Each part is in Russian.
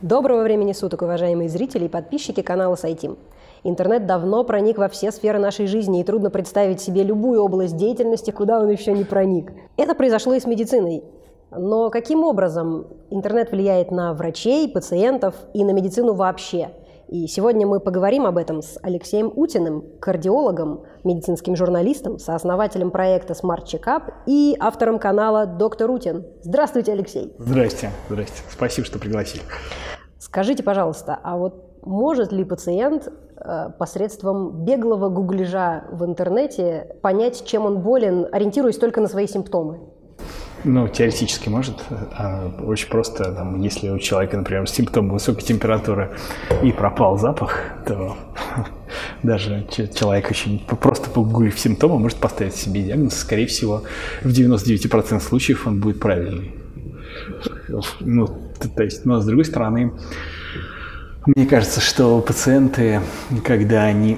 Доброго времени суток, уважаемые зрители и подписчики канала Сайтим. Интернет давно проник во все сферы нашей жизни, и трудно представить себе любую область деятельности, куда он еще не проник. Это произошло и с медициной. Но каким образом интернет влияет на врачей, пациентов и на медицину вообще? И сегодня мы поговорим об этом с Алексеем Утиным, кардиологом, медицинским журналистом, сооснователем проекта Smart Checkup и автором канала Доктор Утин. Здравствуйте, Алексей. Здрасте, здрасте. Спасибо, что пригласили. Скажите, пожалуйста, а вот может ли пациент посредством беглого гуглежа в интернете понять, чем он болен, ориентируясь только на свои симптомы? Ну, теоретически может. Очень просто, если у человека, например, симптом высокой температуры и пропал запах, то даже человек очень просто погуглив симптомы, может поставить себе диагноз. Скорее всего, в 99% случаев он будет правильный. Ну, то есть, но с другой стороны, мне кажется, что пациенты, когда они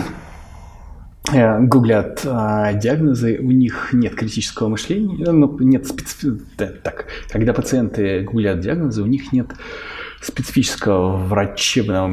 гуглят диагнозы, у них нет критического мышления, когда пациенты гуглят диагнозы, у них нет специфического врачебного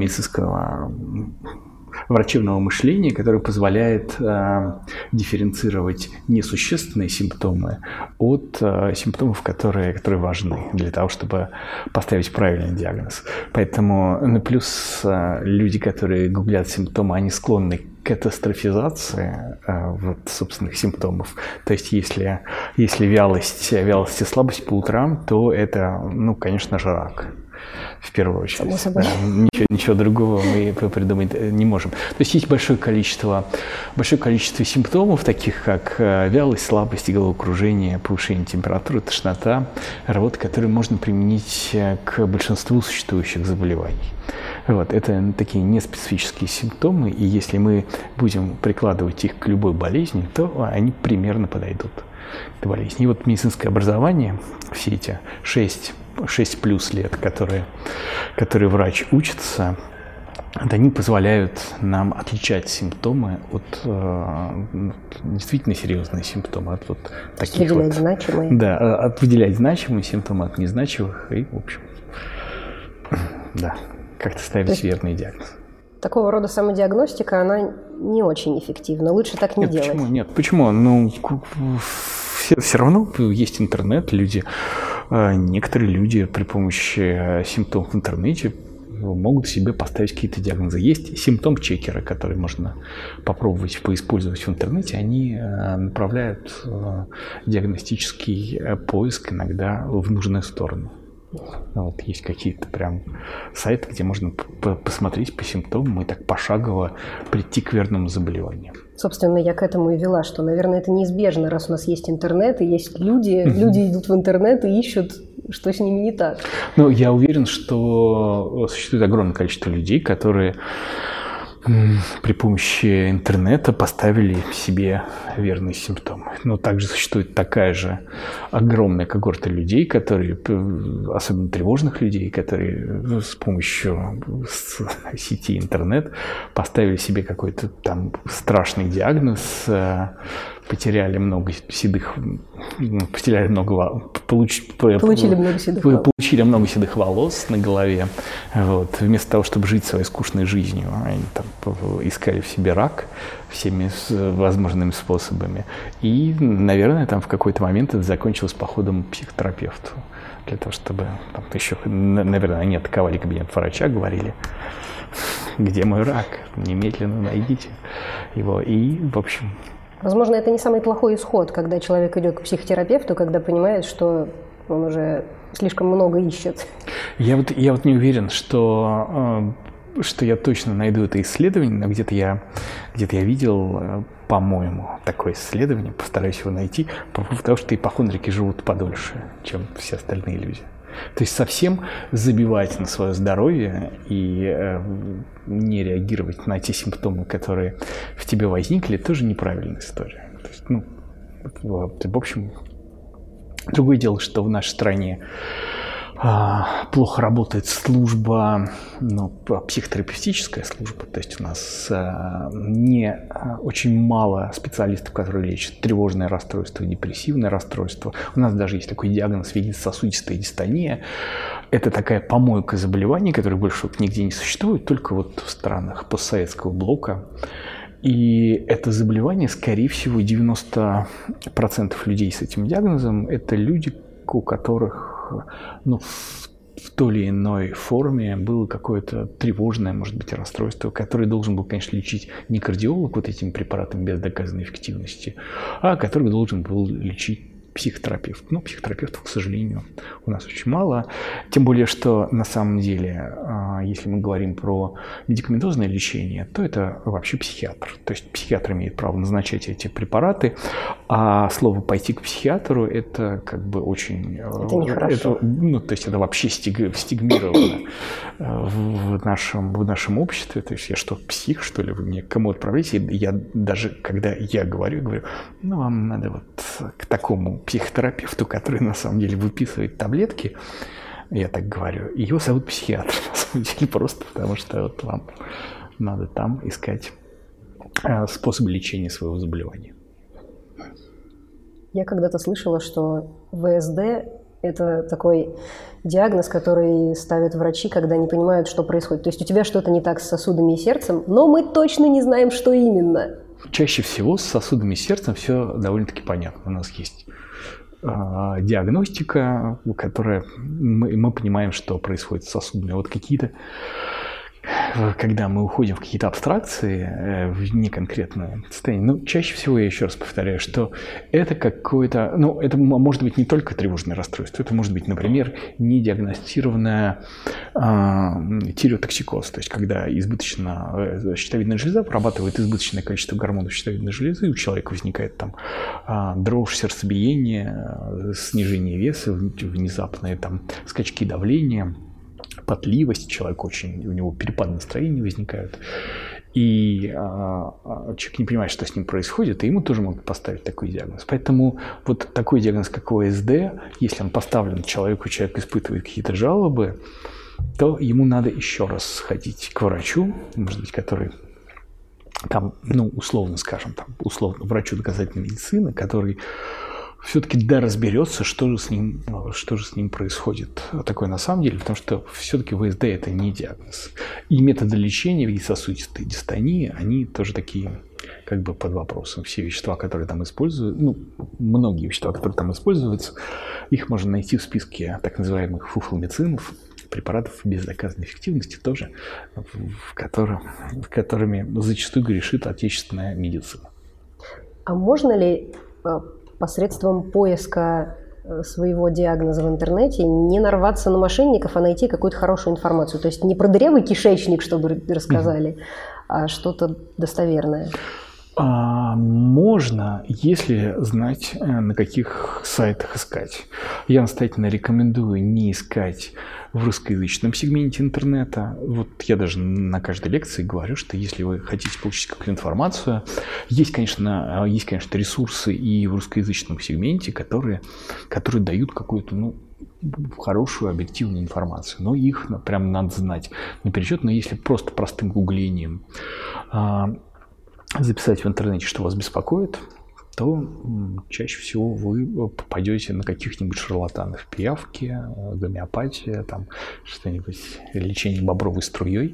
врачебного мышления, которое позволяет дифференцировать несущественные симптомы от симптомов, которые важны для того, чтобы поставить правильный диагноз. Поэтому, плюс люди, которые гуглят симптомы, они склонны к катастрофизации собственных симптомов. То есть, если вялость и слабость по утрам, то это, конечно же, рак. В первую очередь. Само собой. Ничего другого мы придумать не можем. То есть большое количество симптомов, таких как вялость, слабость, головокружение, повышение температуры, тошнота, рвота, которые можно применить к большинству существующих заболеваний. Это такие неспецифические симптомы, и если мы будем прикладывать их к любой болезни, то они примерно подойдут к болезни. И медицинское образование, все эти 6 плюс лет, которые врач учится, они позволяют нам отличать симптомы от действительно серьезных симптомов, от таких выделять значимые. Да, выделять значимые симптомы от незначимых и, в общем, да, как-то ставить верный диагноз. Такого рода самодиагностика, она не очень эффективна. Лучше так не делать. Почему? Все равно есть интернет, некоторые люди при помощи симптомов в интернете могут себе поставить какие-то диагнозы. Есть симптом-чекеры, которые можно попробовать поиспользовать в интернете. Они направляют диагностический поиск иногда в нужную сторону. Есть какие-то прям сайты, где можно посмотреть по симптомам и так пошагово прийти к верному заболеванию. Собственно, я к этому и вела, что, наверное, это неизбежно, раз у нас есть интернет и есть люди идут в интернет и ищут, что с ними не так. Я уверен, что существует огромное количество людей, которые при помощи интернета поставили себе верные симптомы. Но также существует такая же огромная когорта людей, особенно тревожных людей, которые с помощью сети интернет поставили себе какой-то там страшный диагноз, получили много седых волос на голове. Вместо того, чтобы жить своей скучной жизнью, они там искали в себе рак всеми возможными способами. И, наверное, там в какой-то момент это закончилось походом к психотерапевту. Для того, чтобы еще, наверное, они атаковали кабинет врача, говорили: где мой рак? Немедленно найдите его. И, в общем... Возможно, это не самый плохой исход, когда человек идет к психотерапевту, когда понимает, что он уже слишком много ищет. Я не уверен, что я точно найду это исследование, но где-то я видел, по-моему, такое исследование, постараюсь его найти, по поводу того, что ипохондрики живут подольше, чем все остальные люди. То есть совсем забивать на свое здоровье и не реагировать на те симптомы, которые в тебе возникли, тоже неправильная история. То есть, в общем, другое дело, что в нашей стране плохо работает служба, психотерапевтическая служба, то есть у нас не очень мало специалистов, которые лечат тревожное расстройство, депрессивное расстройство. У нас даже есть такой диагноз вегетососудистая дистония. Это такая помойка заболеваний, которая больше нигде не существует, только вот в странах постсоветского блока. И это заболевание, скорее всего, 90% людей с этим диагнозом – это люди, у которых в той или иной форме было какое-то тревожное, может быть, расстройство, которое должен был, конечно, лечить не кардиолог вот этим препаратом без доказанной эффективности, а который должен был лечить психотерапевт. Но психотерапевтов, к сожалению, у нас очень мало. Тем более, что на самом деле, если мы говорим про медикаментозное лечение, то это вообще психиатр. То есть психиатр имеет право назначать эти препараты, а слово «пойти к психиатру» – это как бы очень… Это нехорошо. То есть это вообще стигмировано в нашем обществе. То есть я что, псих, что ли? Вы мне к кому отправляете? Я даже, когда я говорю, вам надо вот к такому психотерапевту, который на самом деле выписывает таблетки, я так говорю, его зовут психиатр, на самом деле, просто потому что вот вам надо там искать способы лечения своего заболевания. Я когда-то слышала, что ВСД – это такой диагноз, который ставят врачи, когда не понимают, что происходит. То есть у тебя что-то не так с сосудами и сердцем, но мы точно не знаем, что именно. Чаще всего с сосудами и сердцем все довольно-таки понятно. У нас есть диагностика, которая мы понимаем, что происходит с сосудами. Вот какие-то, когда мы уходим в какие-то абстракции, в неконкретное состояние, чаще всего, я еще раз повторяю, что это какое-то, это может быть не только тревожное расстройство, это может быть, например, недиагностированная тиреотоксикоз, то есть когда щитовидная железа вырабатывает избыточное количество гормонов щитовидной железы, у человека возникает там дрожь, сердцебиение, снижение веса, внезапные там скачки давления, потливость, человек у него перепады настроения возникают, и человек не понимает, что с ним происходит, и ему тоже могут поставить такой диагноз. Поэтому вот такой диагноз, как ОСД, если он поставлен человек испытывает какие-то жалобы, то ему надо еще раз сходить к врачу, может быть, который там, условно врачу доказательной медицины, который все-таки разберется, что же с ним происходит такое на самом деле, потому что все-таки ВСД – это не диагноз. И методы лечения вегетососудистой дистонии, они тоже такие как бы под вопросом. Все вещества, которые там используются, многие вещества, которые там используются, их можно найти в списке так называемых фуфломицинов, препаратов без доказанной эффективности тоже, которыми зачастую грешит отечественная медицина. А можно ли посредством поиска своего диагноза в интернете не нарваться на мошенников, а найти какую-то хорошую информацию? То есть не про дырявый кишечник, чтобы рассказали, а что-то достоверное. Можно, если знать, на каких сайтах искать. Я настоятельно рекомендую не искать в русскоязычном сегменте интернета. Вот я даже на каждой лекции говорю, что если вы хотите получить какую-то информацию, есть, конечно, ресурсы и в русскоязычном сегменте, которые дают какую-то, хорошую объективную информацию. Но их прям надо знать наперечет. Но если просто простым гуглением записать в интернете, что вас беспокоит, то чаще всего вы попадете на каких-нибудь шарлатанов. Пиявки, гомеопатия, там что-нибудь, лечение бобровой струей.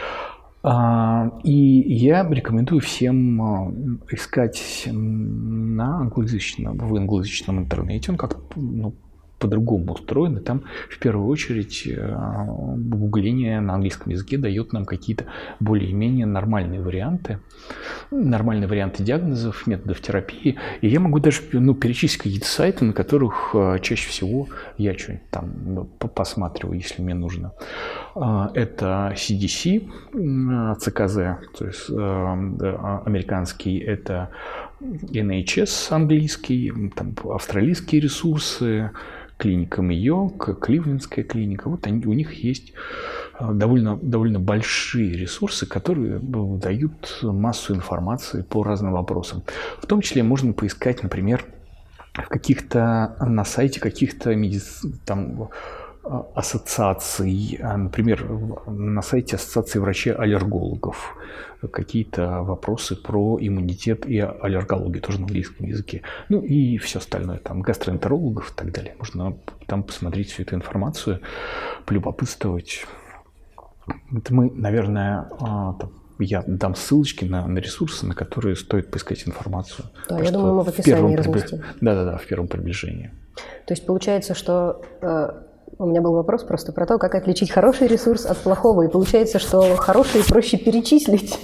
И я рекомендую всем искать в англоязычном интернете. Он как-то по-другому устроен, и там в первую очередь гугление на английском языке дает нам какие-то более-менее нормальные варианты диагнозов, методов терапии. И я могу даже перечислить какие-то сайты, на которых чаще всего я что-нибудь там посматриваю, если мне нужно. Это CDC, ЦКЗ, то есть американский, это NHS английский, там австралийские ресурсы, клиника Майо, Кливлендская клиника. Вот у них есть довольно большие ресурсы, которые дают массу информации по разным вопросам. В том числе можно поискать, например, на сайте каких-то ассоциаций, например, на сайте Ассоциации врачей-аллергологов какие-то вопросы про иммунитет и аллергологию, тоже на английском языке. Ну и все остальное, там, гастроэнтерологов и так далее. Можно там посмотреть всю эту информацию, полюбопытствовать. Это мы, наверное, я дам ссылочки на ресурсы, на которые стоит поискать информацию. Да, я думаю, мы в описании разместим. Да, в первом приближении. То есть получается, что у меня был вопрос просто про то, как отличить хороший ресурс от плохого. И получается, что хороший проще перечислить.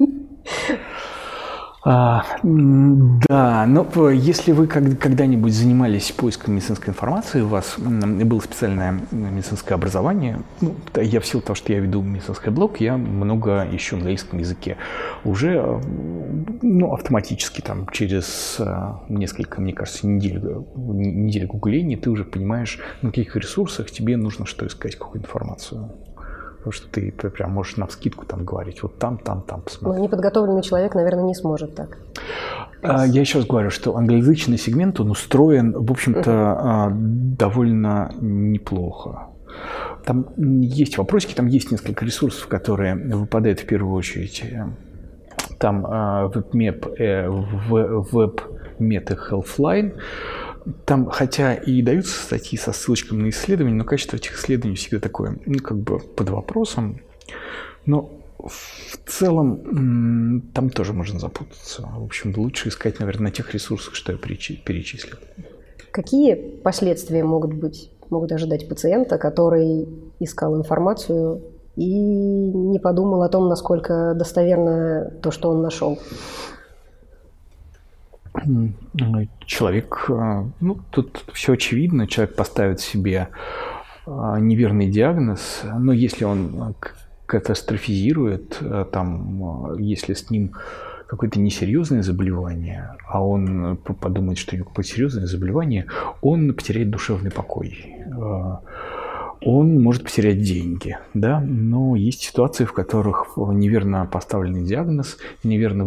Да, но если вы когда-нибудь занимались поиском медицинской информации, у вас было специальное медицинское образование, я в силу того, что я веду медицинский блог, я много ищу на английском языке. Уже автоматически там, через несколько, мне кажется, недель гугления ты уже понимаешь, на каких ресурсах тебе нужно что искать, какую информацию. Потому что ты прям можешь навскидку там говорить, вот там посмотри. Но неподготовленный человек, наверное, не сможет так. Я еще раз говорю, что англоязычный сегмент, он устроен, в общем-то, довольно неплохо. Там есть вопросики, там есть несколько ресурсов, которые выпадают в первую очередь. Там WebMed и Healthline. Там, хотя и даются статьи со ссылочками на исследования, но качество этих исследований всегда такое, под вопросом. Но в целом там тоже можно запутаться. В общем, лучше искать, наверное, на тех ресурсах, что я перечислил. Какие последствия могут ожидать пациента, который искал информацию и не подумал о том, насколько достоверно то, что он нашел? Человек, тут все очевидно, человек поставит себе неверный диагноз, но если он катастрофизирует, если с ним какое-то несерьезное заболевание, а он подумает, что у него какое-то серьезное заболевание, он потеряет душевный покой. Он может потерять деньги, да, но есть ситуации, в которых неверно поставленный диагноз, неверно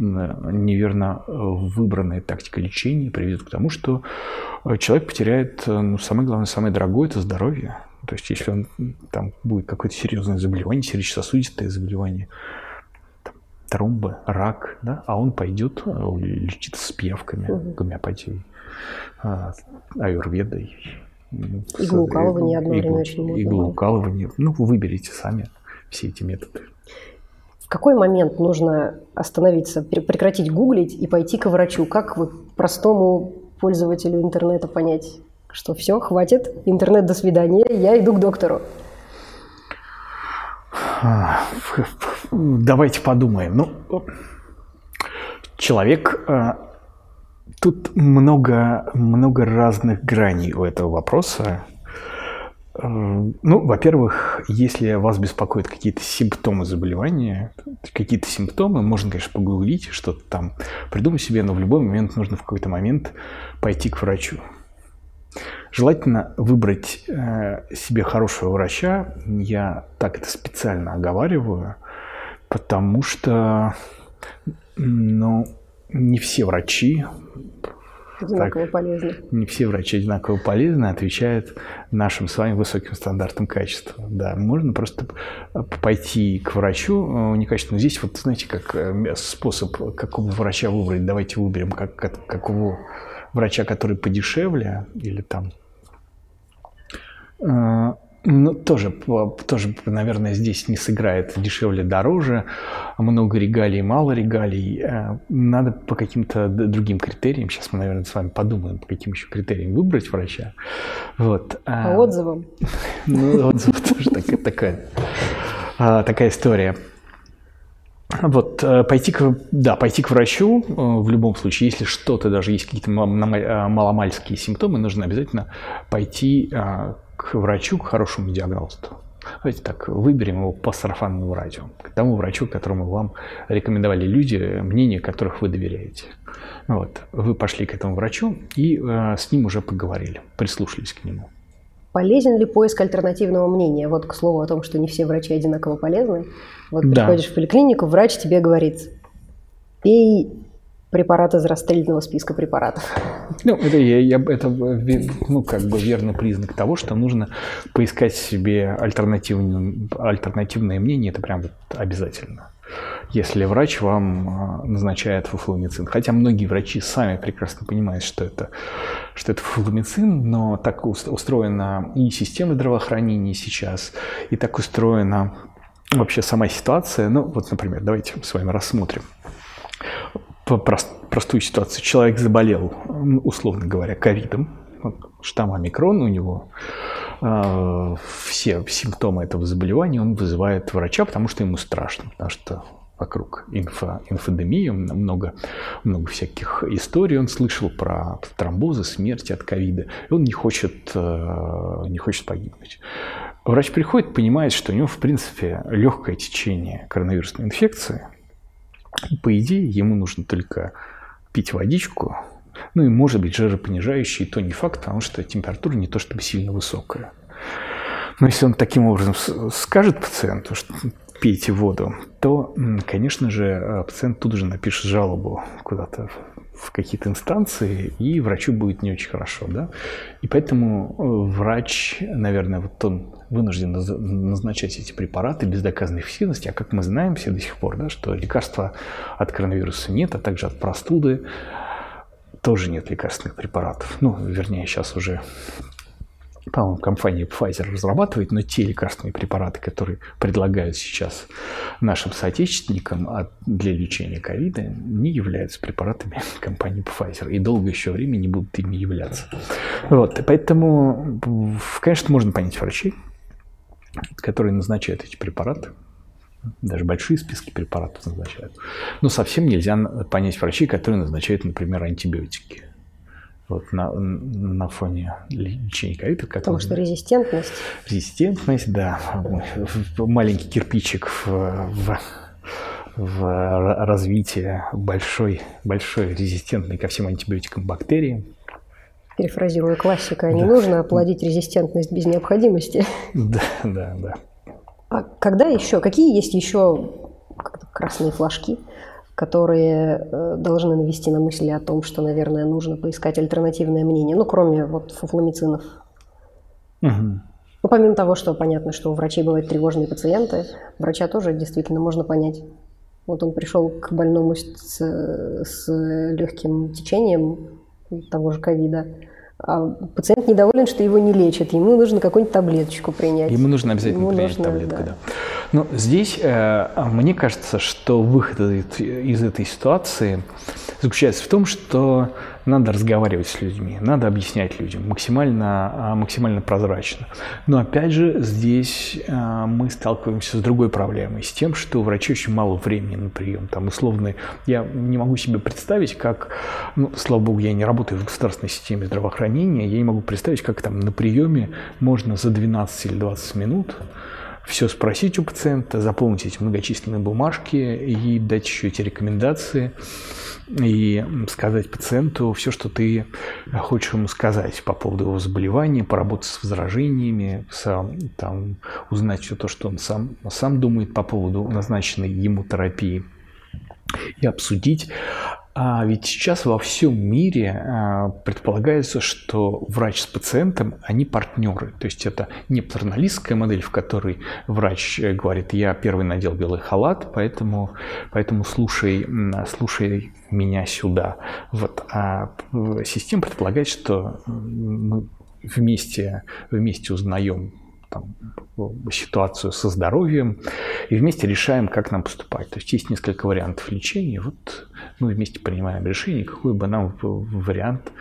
выбранная тактика лечения приведет к тому, что человек потеряет, самое главное, самое дорогое – это здоровье. То есть, если он там будет какое-то серьезное заболевание, сердечно-сосудистое заболевание, тромбы, рак, да, а он пойдет лечиться с пиявками, гомеопатией, аюрведой. Иглоукалывание одно время очень модно. Иглоукалывание. Выберите сами все эти методы. В какой момент нужно остановиться, прекратить гуглить и пойти к врачу? Как простому пользователю интернета понять, что все, хватит, интернет, до свидания, я иду к доктору? Давайте подумаем. Человек... Тут много разных граней у этого вопроса. Во-первых, если вас беспокоят какие-то симптомы заболевания, можно, конечно, погуглить, что-то там придумать себе, но в любой момент нужно в какой-то момент пойти к врачу. Желательно выбрать себе хорошего врача. Я так это специально оговариваю, потому что, не все врачи одинаково полезны, отвечают нашим с вами высоким стандартам качества. Да, можно просто пойти к врачу некачественно. Здесь знаете, как способ, какого врача выбрать. Давайте выберем какого врача, который подешевле, или там... Тоже, наверное, здесь не сыграет дешевле, дороже, много регалий, мало регалий. Надо по каким-то другим критериям. Сейчас мы, наверное, с вами подумаем, по каким еще критериям выбрать врача. По отзывам? Отзывы тоже такая история. Пойти к врачу в любом случае, если что-то, даже есть какие-то маломальские симптомы, нужно обязательно пойти к врачу, к хорошему диагносту. Давайте так, выберем его по сарафанному радио, к тому врачу, которому вам рекомендовали люди, мнение которых вы доверяете. Вы пошли к этому врачу и с ним уже поговорили, прислушались к нему. Полезен ли поиск альтернативного мнения? К слову о том, что не все врачи одинаково полезны. Приходишь в поликлинику, врач тебе говорит: пей Препарат из расстрельного списка препаратов. Ну, это как бы верный признак того, что нужно поискать себе альтернативное мнение, это прям вот обязательно. Если врач вам назначает фуфломицин, хотя многие врачи сами прекрасно понимают, что это фуфломицин, но так устроена и система здравоохранения сейчас, и так устроена вообще сама ситуация. Ну, вот, например, давайте с вами рассмотрим простую ситуацию. Человек заболел, условно говоря, ковидом, штамм омикрон, у него все симптомы этого заболевания, он вызывает врача, потому что ему страшно, потому что вокруг инфодемия, много всяких историй он слышал про тромбозы, смерти от ковида, и он не хочет погибнуть. Врач приходит, понимает, что у него, в принципе, легкое течение коронавирусной инфекции. По идее, ему нужно только пить водичку, ну и, может быть, жиропонижающий, то не факт, потому что температура не то чтобы сильно высокая. Но если он таким образом скажет пациенту, что пейте воду, то, конечно же, пациент тут же напишет жалобу куда-то в какие-то инстанции, и врачу будет не очень хорошо, да? И поэтому врач, наверное, вот он вынужден назначать эти препараты без доказанной эффективности, а как мы знаем все до сих пор, да, что лекарства от коронавируса нет, а также от простуды тоже нет лекарственных препаратов. Ну, вернее, сейчас уже, по-моему, компания Pfizer разрабатывает, но те лекарственные препараты, которые предлагают сейчас нашим соотечественникам для лечения ковида, не являются препаратами компании Pfizer и долго еще время не будут ими являться. Вот, поэтому, конечно, можно понять врачей, которые назначают эти препараты. Даже большие списки препаратов назначают. Но совсем нельзя понять врачей, которые назначают, например, антибиотики. Вот на фоне лечения ковида. Потому что резистентность. Резистентность, да. Маленький кирпичик в развитии большой резистентной ко всем антибиотикам бактерии. Перефразируя классика, не нужно плодить резистентность без необходимости. Да. А какие есть еще красные флажки, которые должны навести на мысли о том, что, наверное, нужно поискать альтернативное мнение, ну, кроме вот фуфломицинов? Угу. Ну, помимо того, что понятно, что у врачей бывают тревожные пациенты, врача тоже действительно можно понять. Вот он пришел к больному с легким течением того же ковида, а пациент недоволен, что его не лечат, ему нужно какую-нибудь таблеточку принять. Ему нужно обязательно принять таблетку, да. Но здесь мне кажется, что выход из этой ситуации заключается в том, что надо разговаривать с людьми, надо объяснять людям максимально прозрачно. Но опять же, здесь мы сталкиваемся с другой проблемой, с тем, что у врачей очень мало времени на прием. Там условно, я не могу себе представить, как, слава богу, я не работаю в государственной системе здравоохранения, я не могу представить, как там на приеме можно за 12 или 20 минут все спросить у пациента, заполнить эти многочисленные бумажки и дать еще эти рекомендации и сказать пациенту все, что ты хочешь ему сказать по поводу его заболевания, поработать с возражениями, узнать все то, что он сам думает по поводу назначенной ему терапии и обсудить. А ведь сейчас во всем мире предполагается, что врач с пациентом, они партнеры. То есть это не патерналистская модель, в которой врач говорит: я первый надел белый халат, поэтому слушай меня сюда. Вот. А система предполагает, что мы вместе узнаем ситуацию со здоровьем и вместе решаем, как нам поступать. То есть есть несколько вариантов лечения, вот мы вместе принимаем решение, какой бы нам вариант,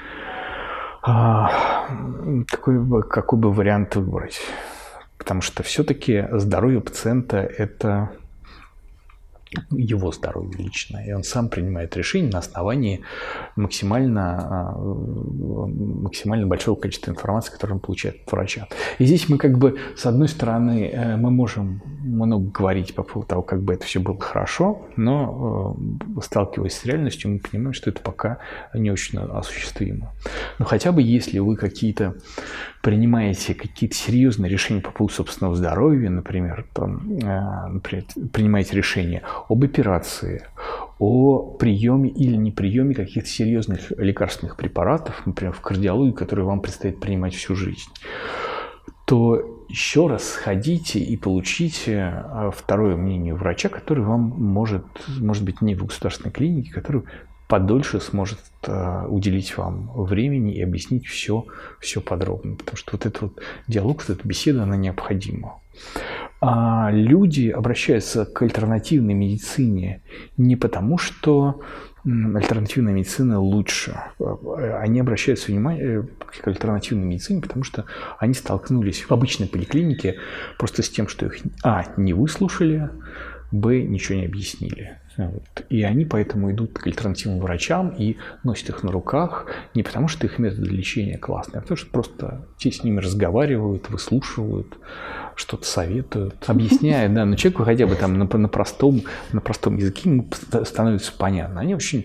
какой бы вариант выбрать. Потому что все-таки здоровье пациента – это его здоровье личное, и он сам принимает решение на основании максимально большого количества информации, которую он получает от врача. И здесь мы с одной стороны, мы можем много говорить по поводу того, как бы это все было хорошо, но сталкиваясь с реальностью, мы понимаем, что это пока не очень осуществимо. Но хотя бы если вы принимаете какие-то серьезные решения по поводу собственного здоровья, например, принимаете решение об операции, о приеме или неприеме каких-то серьезных лекарственных препаратов, например, в кардиологии, которые вам предстоит принимать всю жизнь, то еще раз сходите и получите второе мнение врача, который вам может быть не в государственной клинике, который подольше сможет уделить вам времени и объяснить все подробно. Потому что вот этот вот диалог, вот эта беседа, она необходима. А люди обращаются к альтернативной медицине не потому, что альтернативная медицина лучше. Они обращаются к альтернативной медицине, потому что они столкнулись в обычной поликлинике просто с тем, что их не выслушали, ничего не объяснили. Вот. И они поэтому идут к альтернативным врачам и носят их на руках не потому, что их методы лечения классные, а потому что просто те с ними разговаривают, выслушивают, что-то советуют, объясняют. Да, но человеку хотя бы там на простом языке ему становится понятно. Они очень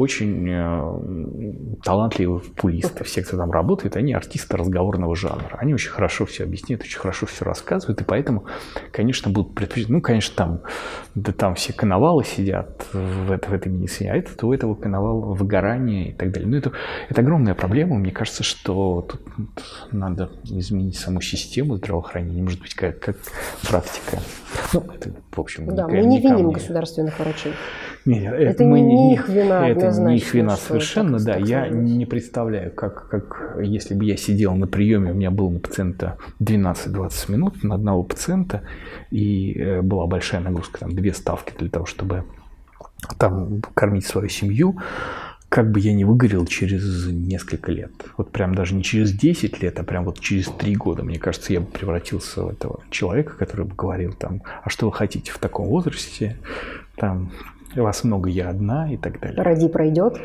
талантливые популисты. Все, кто там работает, они артисты разговорного жанра. Они очень хорошо все объясняют, очень хорошо все рассказывают. И поэтому, конечно, будут предпочитать. Конечно, там все коновалы сидят в этой медицине, а у этого коновала выгорание и так далее. Но это огромная проблема. Мне кажется, что тут надо изменить саму систему здравоохранения. Не может быть как практика. Это, в общем, да, мы не виним государственных врачей. Нет, это не их вина однозначно. Это не их вина что совершенно, да. Я не представляю, как если бы я сидел на приеме, у меня было на пациента 12-20 минут, на одного пациента, и была большая нагрузка, там 2 ставки для того, чтобы там кормить свою семью, как бы я не выгорел через несколько лет. Вот прям даже не через 10 лет, а прям вот через 3 года. Мне кажется, я бы превратился в этого человека, который бы говорил там, а что вы хотите в таком возрасте, там, вас много, я одна и так далее. Роди, пройдет.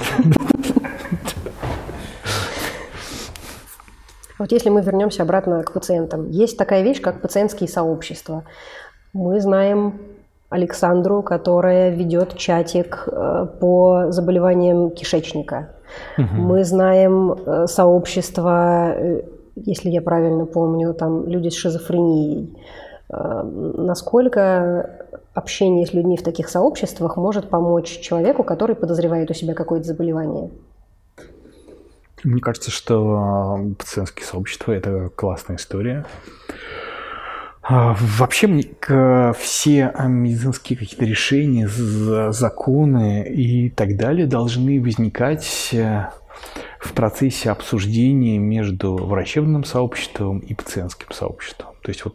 Вот если мы вернемся обратно к пациентам. Есть такая вещь, как пациентские сообщества. Мы знаем Александру, которая ведет чатик по заболеваниям кишечника. Мы знаем сообщество, если я правильно помню, там люди с шизофренией. Насколько общение с людьми в таких сообществах может помочь человеку, который подозревает у себя какое-то заболевание? Мне кажется, что пациентские сообщества – это классная история. Вообще, все медицинские какие-то решения, законы и так далее должны возникать в процессе обсуждения между врачебным сообществом и пациентским сообществом. То есть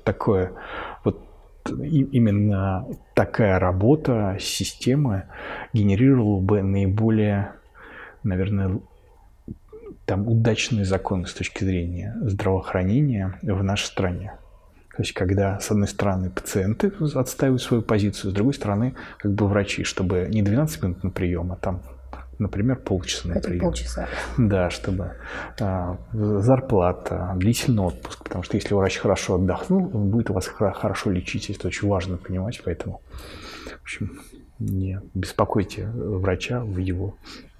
именно такая работа системы генерировала бы наиболее, наверное, удачные законы с точки зрения здравоохранения в нашей стране. То есть, когда, с одной стороны, пациенты отстаивают свою позицию, с другой стороны, врачи, чтобы не 12 минут на прием, а там, например, полчаса на прием. Полчаса. Да, чтобы зарплата, длительный отпуск, потому что если врач хорошо отдохнул, он будет вас хорошо лечить, это очень важно понимать, поэтому, в общем, не беспокойте врача в его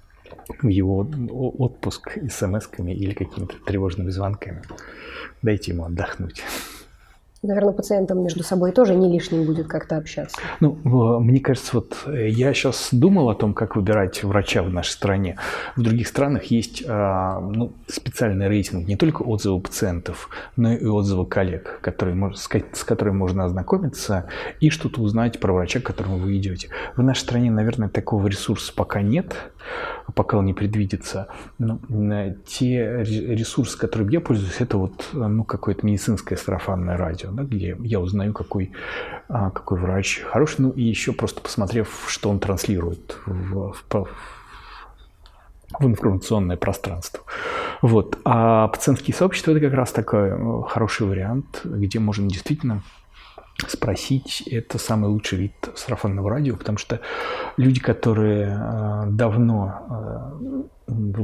отпуск смс-ками или какими-то тревожными звонками. Дайте ему отдохнуть. Наверное, пациентам между собой тоже не лишним будет как-то общаться. Мне кажется, я сейчас думал о том, как выбирать врача в нашей стране. В других странах есть специальный рейтинг не только отзывы пациентов, но и отзывы коллег, с которыми можно ознакомиться и что-то узнать про врача, к которому вы идете. В нашей стране, наверное, такого ресурса пока нет, пока он не предвидится. Но те ресурсы, которыми я пользуюсь, это какое-то медицинское сарафанное радио, где я узнаю, какой врач хороший, и еще просто посмотрев, что он транслирует в информационное пространство. А пациентские сообщества – это как раз такой хороший вариант, где можно действительно спросить. Это самый лучший вид сарафанного радио, потому что люди, которые давно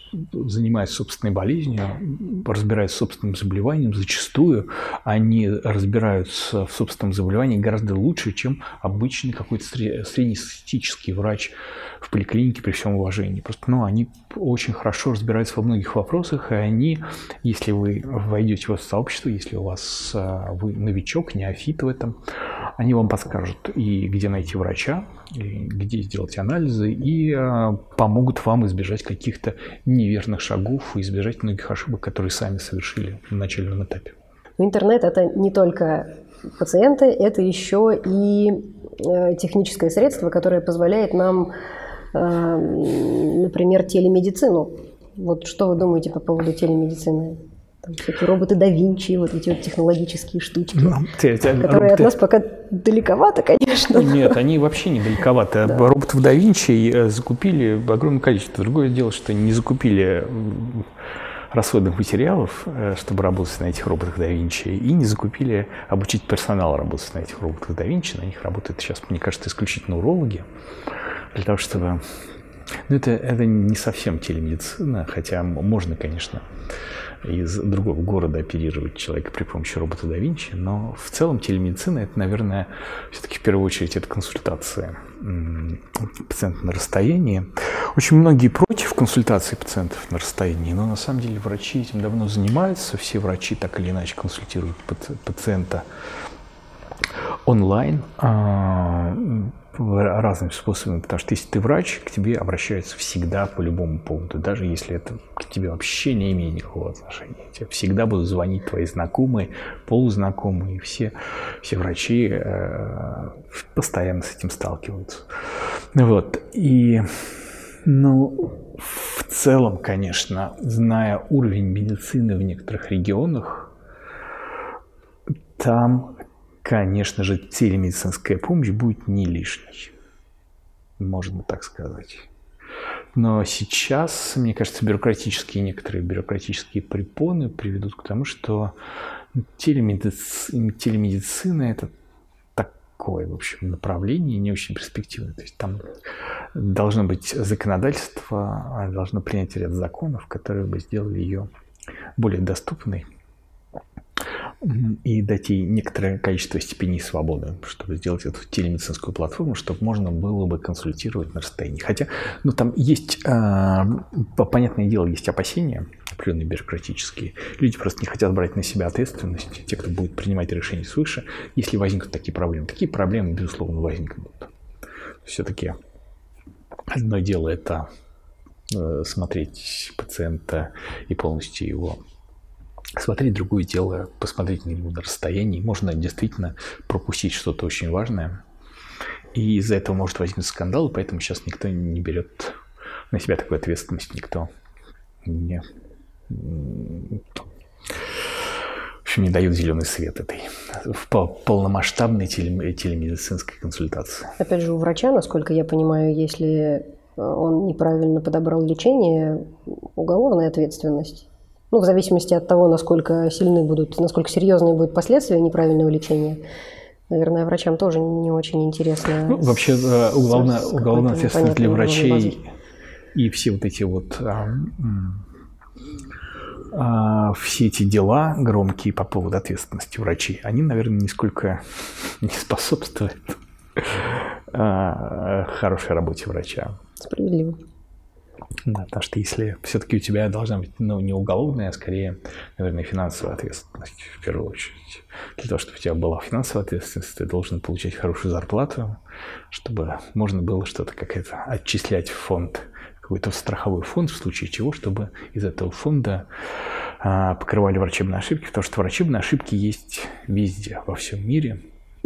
занимаясь собственной болезнью, разбираясь в собственным заболеванием, зачастую они разбираются в собственном заболевании гораздо лучше, чем обычный какой-то среднестатистический врач в поликлинике, при всем уважении. Просто, они очень хорошо разбираются во многих вопросах, и они, если вы войдете в это сообщество, если вы новичок, неофит в этом, они вам подскажут, и где найти врача, и где сделать анализы, и помогут вам избежать каких-то неверных шагов и избежать многих ошибок, которые сами совершили на начальном этапе. Интернет – это не только пациенты, это еще и техническое средство, которое позволяет нам, например, телемедицину. Вот что вы думаете по поводу телемедицины? Там всякие роботы да Винчи, вот эти вот технологические штучки, которые от нас пока далековато, конечно. Нет, они вообще не далековато. Да. Роботов да Винчи закупили огромное количество. Другое дело, что не закупили расходных материалов, чтобы работать на этих роботах да Винчи, и не закупили обучить персонал работать на этих роботах да Винчи. На них работают сейчас, мне кажется, исключительно урологи. Для того, чтобы... это не совсем телемедицина, хотя можно, конечно, из другого города оперировать человека при помощи робота да Винчи, но в целом телемедицина – это, наверное, все-таки в первую очередь это консультация пациента на расстоянии. Очень многие против консультации пациентов на расстоянии, но на самом деле врачи этим давно занимаются, все врачи так или иначе консультируют пациента онлайн, разными способами, потому что если ты врач, к тебе обращаются всегда по любому поводу, даже если это к тебе вообще не имеет никакого отношения. Тебе всегда будут звонить твои знакомые, полузнакомые, все врачи постоянно с этим сталкиваются. И, в целом, конечно, зная уровень медицины в некоторых регионах, там, конечно же, телемедицинская помощь будет не лишней, можно так сказать. Но сейчас, мне кажется, некоторые бюрократические препоны приведут к тому, что телемедицина – это такое, в общем, направление не очень перспективное. То есть там должно быть законодательство, должно принять ряд законов, которые бы сделали ее более доступной и дать ей некоторое количество степеней свободы, чтобы сделать эту телемедицинскую платформу, чтобы можно было бы консультировать на расстоянии. Хотя, там есть, понятное дело, есть опасения определенные бюрократические. Люди просто не хотят брать на себя ответственность, те, кто будет принимать решения свыше, если возникнут такие проблемы. Такие проблемы, безусловно, возникнут. Все-таки одно дело – это смотреть пациента и полностью его смотреть, другое дело посмотреть на него на расстоянии. Можно действительно пропустить что-то очень важное. И из-за этого может возникнуть скандал, и поэтому сейчас никто не берет на себя такую ответственность, никто не дает зеленый свет этой полномасштабной телемедицинской консультации. Опять же, у врача, насколько я понимаю, если он неправильно подобрал лечение, уголовная ответственность. В зависимости от того, насколько серьезные будут последствия неправильного лечения. Наверное, врачам тоже не очень интересно. Вообще, уголовная ответственность для врачей и все вот эти все эти дела громкие по поводу ответственности врачей, они, наверное, нисколько не способствуют хорошей работе врача. Справедливо. Да, потому что если все-таки у тебя должна быть не уголовная, а скорее, наверное, финансовая ответственность в первую очередь. Для того, чтобы у тебя была финансовая ответственность, ты должен получать хорошую зарплату, чтобы можно было что-то какое-то отчислять в фонд, какой-то страховой фонд, в случае чего, чтобы из этого фонда покрывали врачебные ошибки, потому что врачебные ошибки есть везде, во всем мире.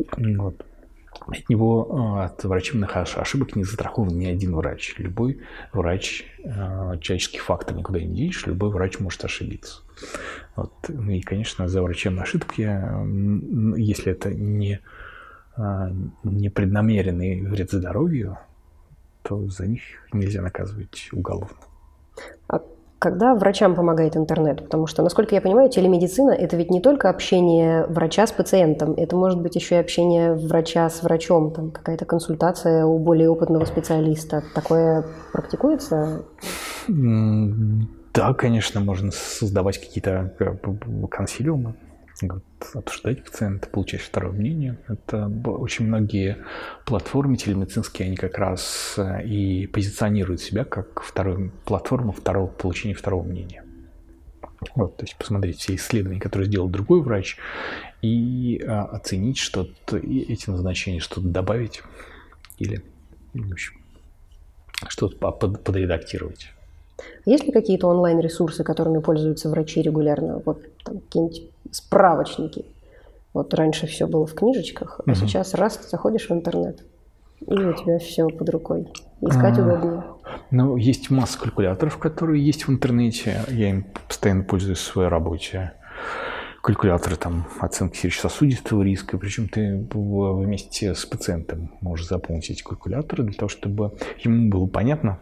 От врачебных ошибок не застрахован ни один врач. Любой врач, человеческий фактор никуда не денешь, любой врач может ошибиться. И, конечно, за врачебные ошибки, если это не преднамеренный вред здоровью, то за них нельзя наказывать уголовно. Когда врачам помогает интернет? Потому что, насколько я понимаю, телемедицина – это ведь не только общение врача с пациентом, это может быть еще и общение врача с врачом, какая-то консультация у более опытного специалиста. Такое практикуется? Да, конечно, можно создавать какие-то консилиумы, обсуждать пациента, получать второе мнение. Это очень многие платформы телемедицинские, они как раз и позиционируют себя как платформа получения второго мнения. Вот, то есть посмотреть все исследования, которые сделал другой врач, и оценить что-то, и эти назначения что-то добавить или, в общем, что-то подредактировать. Есть ли какие-то онлайн-ресурсы, которыми пользуются врачи регулярно? Вот там какие-нибудь справочники. Вот раньше все было в книжечках, а сейчас раз ты заходишь в интернет, и у тебя все под рукой. Искать удобнее. Ну, есть масса калькуляторов, которые есть в интернете. Я им постоянно пользуюсь в своей работе. Калькуляторы там оценки сердечно-сосудистого риска. Причем ты вместе с пациентом можешь заполнить эти калькуляторы для того, чтобы ему было понятно,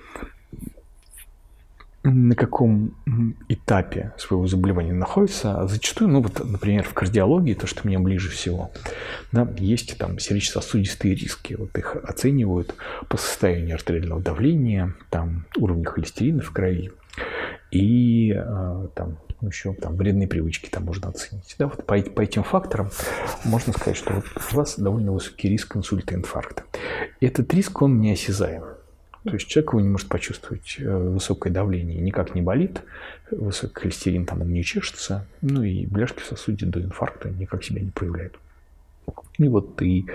на каком этапе своего заболевания находится. А зачастую, ну вот, например, в кардиологии, то, что мне ближе всего, да, есть там сердечно-сосудистые риски. Вот их оценивают по состоянию артериального давления, там, уровня холестерина в крови и там, еще там, вредные привычки там можно оценить. Да, вот по этим факторам можно сказать, что вот у вас довольно высокий риск инсульта и инфаркта. Этот риск, он неосязаем. То есть человек его не может почувствовать, высокое давление никак не болит, высокий холестерин там он не чешется, ну и бляшки в сосуде до инфаркта никак себя не проявляют. И вот и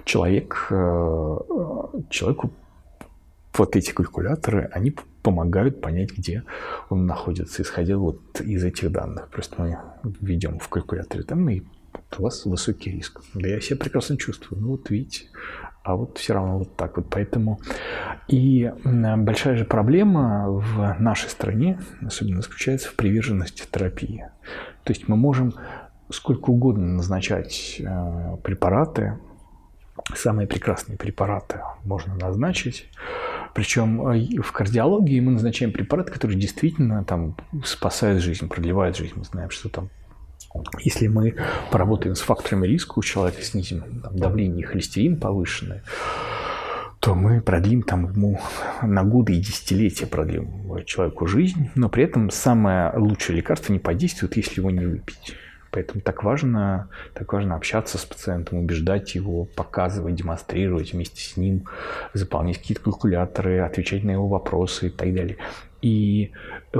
человеку вот эти калькуляторы, они помогают понять, где он находится, исходя вот из этих данных. Просто мы введем в калькуляторе там, и вот у вас высокий риск. Да я себя прекрасно чувствую, ну вот видите. А вот все равно вот так вот. Поэтому и большая же проблема в нашей стране, особенно заключается в приверженности терапии. То есть мы можем сколько угодно назначать препараты, самые прекрасные препараты можно назначить. Причем в кардиологии мы назначаем препараты, которые действительно там спасают жизнь, продлевают жизнь. Мы знаем, что там если мы поработаем с факторами риска у человека, снизим там, давление и холестерин повышенное, то мы продлим там ему на годы и десятилетия продлим человеку жизнь, но при этом самое лучшее лекарство не подействует, если его не выпить. Поэтому так важно общаться с пациентом, убеждать его, показывать, демонстрировать вместе с ним, заполнять какие-то калькуляторы, отвечать на его вопросы и так далее. И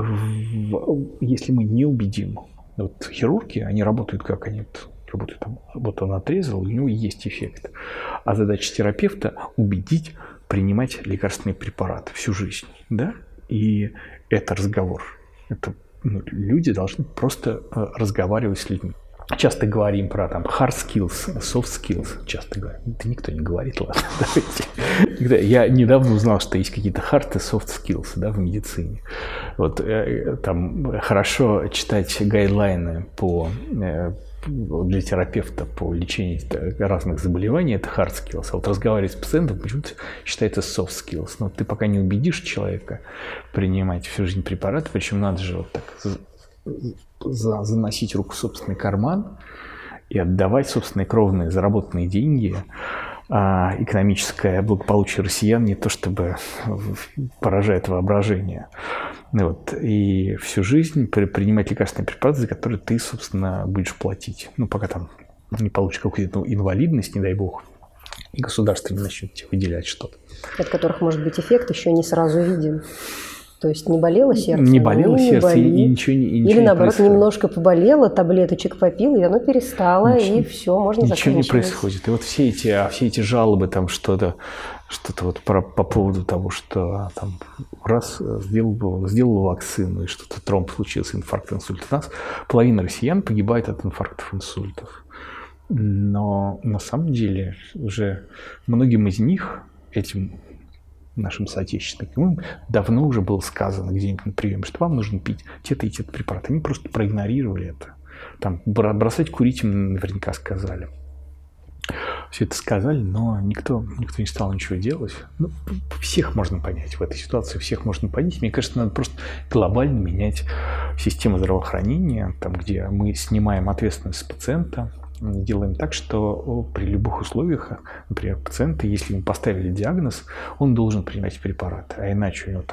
если мы не убедим, вот хирурги, они работают как они работают там, вот он отрезал, у него есть эффект. А задача терапевта – убедить принимать лекарственные препараты всю жизнь, да? И это разговор. Это люди должны просто разговаривать с людьми. Часто говорим про там hard skills, soft skills. Часто говорим. Да никто не говорит, ладно, давайте. Я недавно узнал, что есть какие-то hard и soft skills, да, в медицине. Вот там хорошо читать гайдлайны для терапевта по лечению разных заболеваний, это hard skills. А вот разговаривать с пациентом почему-то считается soft skills. Но ты пока не убедишь человека принимать всю жизнь препараты, причем надо же вот так заносить руку в собственный карман и отдавать собственные кровные заработанные деньги. А экономическое благополучие россиян не то чтобы поражает воображение. Вот. И всю жизнь принимать лекарственные препараты, за которые ты, собственно, будешь платить. Ну, пока там не получишь какую-то инвалидность, не дай бог, и государство не начнет тебе выделять что-то. От которых, может быть, эффект еще не сразу виден. То есть не болело сердце? Не болело сердце, и ничего не Или, наоборот, происходит. Немножко поболело, таблеточек попил, и оно перестало, и все, можно заканчивать. Ничего не происходит. И вот все эти жалобы, там что-то вот по поводу того, что там раз сделал вакцину, и что-то тромб случился, инфаркт, инсульт. У нас половина россиян погибает от инфарктов, инсультов. Но на самом деле уже многим из них, этим нашим соотечественникам, давно уже было сказано где-нибудь на приеме, что вам нужно пить те-то и те-то препараты. Они просто проигнорировали это. Там, бросать курить им наверняка сказали. Все это сказали, но никто не стал ничего делать. Ну, всех можно понять в этой ситуации, всех можно понять. Мне кажется, надо просто глобально менять систему здравоохранения, там, где мы снимаем ответственность с пациента, делаем так, что при любых условиях, например, пациента, если ему поставили диагноз, он должен принимать препараты, а иначе у него там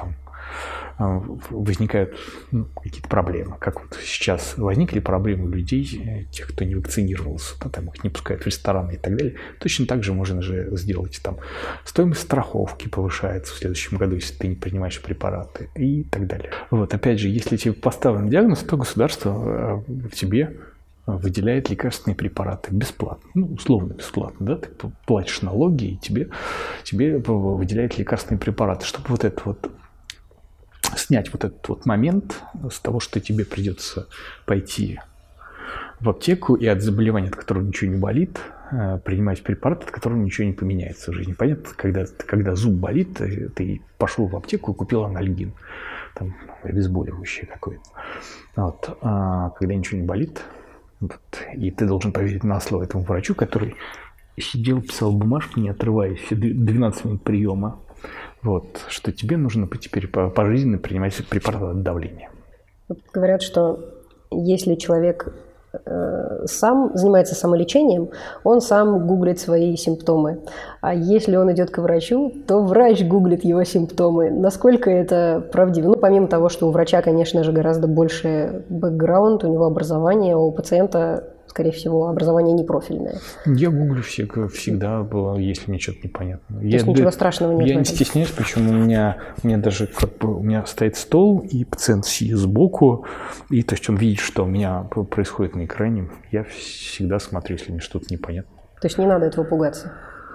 возникают какие-то проблемы. Как вот сейчас возникли проблемы у людей, тех, кто не вакцинировался, там их не пускают в рестораны и так далее. Точно так же можно же сделать. Там стоимость страховки повышается в следующем году, если ты не принимаешь препараты и так далее. Вот, опять же, если тебе поставлен диагноз, то государство тебе выделяет лекарственные препараты бесплатно, условно бесплатно, да, ты платишь налоги, и тебе выделяет лекарственные препараты, чтобы вот это вот снять вот этот вот момент с того, что тебе придется пойти в аптеку и от заболевания, от которого ничего не болит, принимать препарат, от которого ничего не поменяется в жизни. Понятно, когда зуб болит, ты пошел в аптеку и купил анальгин, там, обезболивающее какое-то. Вот. А когда ничего не болит, вот, и ты должен поверить на слово этому врачу, который сидел, писал бумажку, не отрываясь, 12 минут приема, вот, что тебе нужно теперь пожизненно принимать препараты от давления. Говорят, что если человек сам занимается самолечением, он сам гуглит свои симптомы. А если он идет к врачу, то врач гуглит его симптомы. Насколько это правдиво? Помимо того, что у врача, конечно же, гораздо больше бэкграунд, у него образование, а у пациента, скорее всего, образование непрофильное. Я гуглю всегда, если мне что-то непонятно. То есть ничего страшного нет? Я не стесняюсь, причем у меня даже у меня стоит стол, и пациент сидит сбоку, и то есть он видит, что у меня происходит на экране. Я всегда смотрю, если мне что-то непонятно. То есть не надо этого пугаться?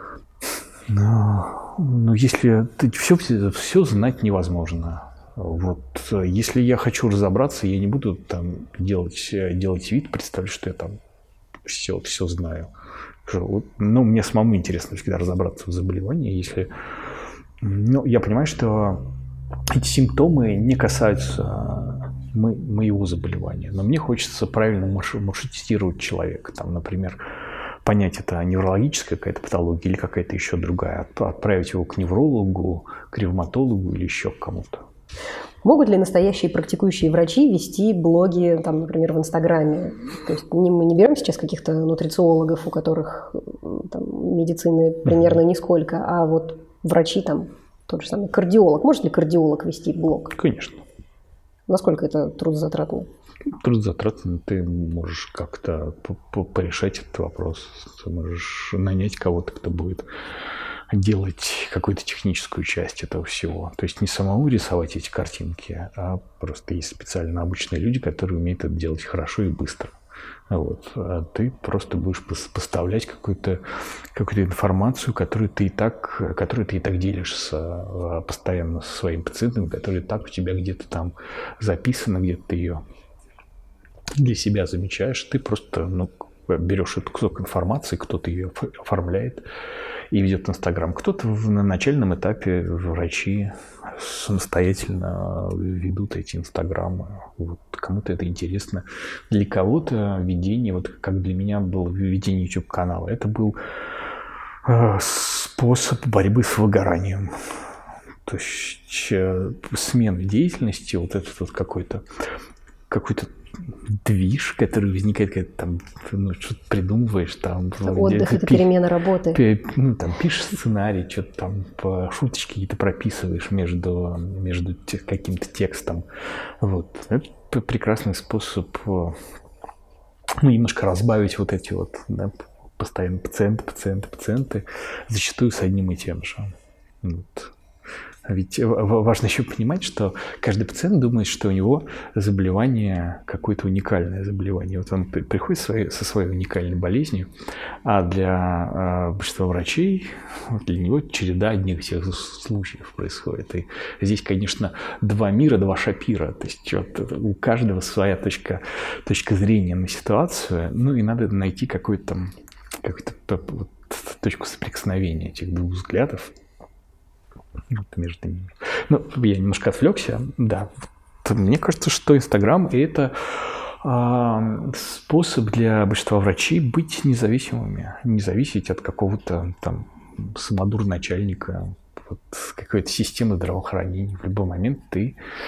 Но если все знать невозможно. Вот. Если я хочу разобраться, я не буду там делать вид, представлять, что я там все знаю. Мне самому интересно всегда разобраться в заболевании. Я понимаю, что эти симптомы не касаются моего заболевания, но мне хочется правильно маршрутизировать человека. Там, например, понять, это неврологическая какая-то патология или какая-то еще другая, отправить его к неврологу, к ревматологу или еще к кому-то. Могут ли настоящие практикующие врачи вести блоги, там, например, в Инстаграме? То есть мы не берем сейчас каких-то нутрициологов, у которых там, медицины примерно нисколько, а вот врачи там, тот же самый кардиолог. Может ли кардиолог вести блог? Конечно. Насколько это трудозатратно? Трудозатратно. Ты можешь как-то порешать этот вопрос. Ты можешь нанять кого-то, кто будет делать какую-то техническую часть этого всего. То есть не самому рисовать эти картинки, а просто есть специально обученные люди, которые умеют это делать хорошо и быстро. Вот. А ты просто будешь поставлять какую-то информацию, которую ты и так делишься постоянно со своим пациентом, которая и так у тебя где-то там записана, где-то ты ее для себя замечаешь. Ты просто берешь этот кусок информации, кто-то ее оформляет и ведет в Инстаграм. Кто-то на начальном этапе врачи самостоятельно ведут эти Инстаграмы. Вот, кому-то это интересно. Для кого-то ведение, вот как для меня было ведение YouTube-канала, это был способ борьбы с выгоранием. То есть смена деятельности, вот этот вот какой-то движ, который возникает, когда там что-то придумываешь, там отдых, это перемена работы. Пишешь сценарий, что-то там шуточки какие-то прописываешь между каким-то текстом. Вот. Это прекрасный способ немножко разбавить вот эти вот, да, постоянно пациенты, зачастую с одним и тем же. Вот. Ведь важно еще понимать, что каждый пациент думает, что у него заболевание, какое-то уникальное заболевание. Вот он приходит со своей уникальной болезнью, а для большинства врачей, для него череда одних и тех случаев происходит. И здесь, конечно, два мира, два шапира. То есть вот, у каждого своя точка зрения на ситуацию, и надо найти какую-то точку соприкосновения этих двух взглядов. Между ними. Я немножко отвлекся. Да. Мне кажется, что Инстаграм – это способ для большинства врачей быть независимыми, не зависеть от какого-то там самодур-начальника, какой-то системы здравоохранения. В любой момент у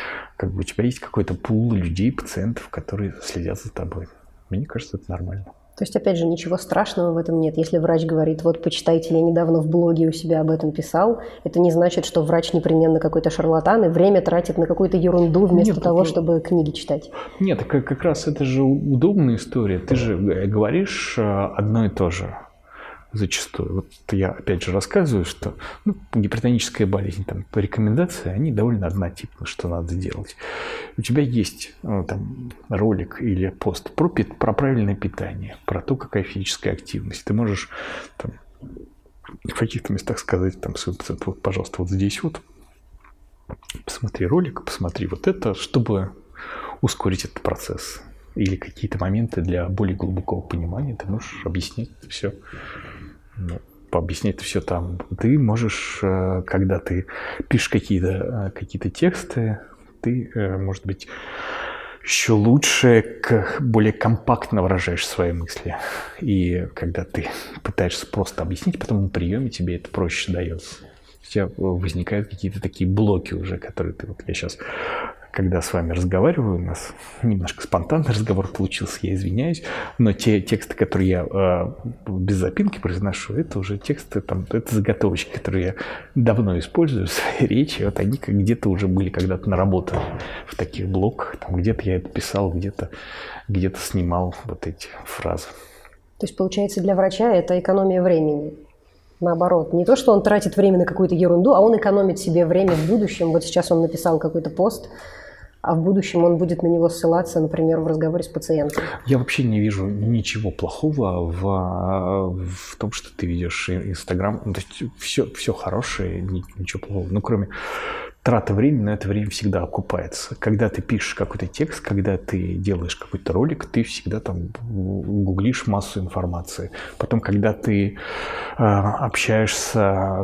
тебя есть какой-то пул людей, пациентов, которые следят за тобой. Мне кажется, это нормально. То есть, опять же, ничего страшного в этом нет. Если врач говорит, вот, почитайте, я недавно в блоге у себя об этом писал, это не значит, что врач непременно какой-то шарлатан и время тратит на какую-то ерунду вместо того, чтобы книги читать. Нет, как раз это же удобная история. Ты же говоришь одно и то же. Зачастую. Вот я опять же рассказываю, что гипертоническая болезнь, там, по рекомендации, они довольно однотипны, что надо делать. У тебя есть там, ролик или пост про правильное питание, про то, какая физическая активность. Ты можешь там, в каких-то местах сказать там, своему пациенту, вот, пожалуйста, вот здесь вот, посмотри ролик, посмотри вот это, чтобы ускорить этот процесс. Или какие-то моменты для более глубокого понимания ты можешь объяснять это все. Пообъяснять это все там. Ты можешь, когда ты пишешь какие-то тексты, ты, может быть, еще лучше, более компактно выражаешь свои мысли. И когда ты пытаешься просто объяснить, потом на приеме тебе это проще дается. У тебя возникают какие-то такие блоки уже, которые ты... Вот я сейчас, когда с вами разговариваю, у нас немножко спонтанный разговор получился, я извиняюсь, но те тексты, которые я без запинки произношу, это уже тексты, там, это заготовочки, которые я давно использую в своей речи, вот они где-то уже были когда-то наработаны в таких блоках, там, где-то я это писал, где-то снимал вот эти фразы. То есть, получается, для врача это экономия времени. Наоборот, не то, что он тратит время на какую-то ерунду, а он экономит себе время в будущем. Вот сейчас он написал какой-то пост, а в будущем он будет на него ссылаться, например, в разговоре с пациентом. Я вообще не вижу ничего плохого в том, что ты ведешь Инстаграм. То есть все хорошее, ничего плохого. Ну, кроме траты времени, но это время всегда окупается. Когда ты пишешь какой-то текст, когда ты делаешь какой-то ролик, ты всегда там гуглишь массу информации. Потом, когда ты общаешься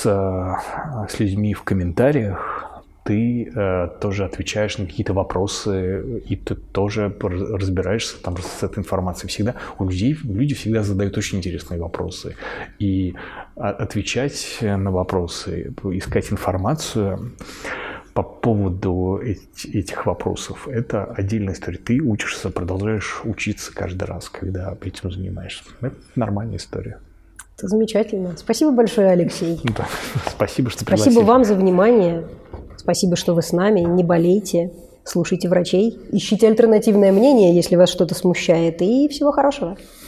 с людьми в комментариях, ты тоже отвечаешь на какие-то вопросы, и ты тоже разбираешься там с этой информацией. Всегда люди всегда задают очень интересные вопросы. И отвечать на вопросы, искать информацию по поводу этих вопросов – это отдельная история. Ты учишься, продолжаешь учиться каждый раз, когда этим занимаешься. Это нормальная история. Это замечательно. Спасибо большое, Алексей. Да, спасибо, что пригласили. Спасибо вам за внимание. Спасибо, что вы с нами. Не болейте, слушайте врачей, ищите альтернативное мнение, если вас что-то смущает. И всего хорошего.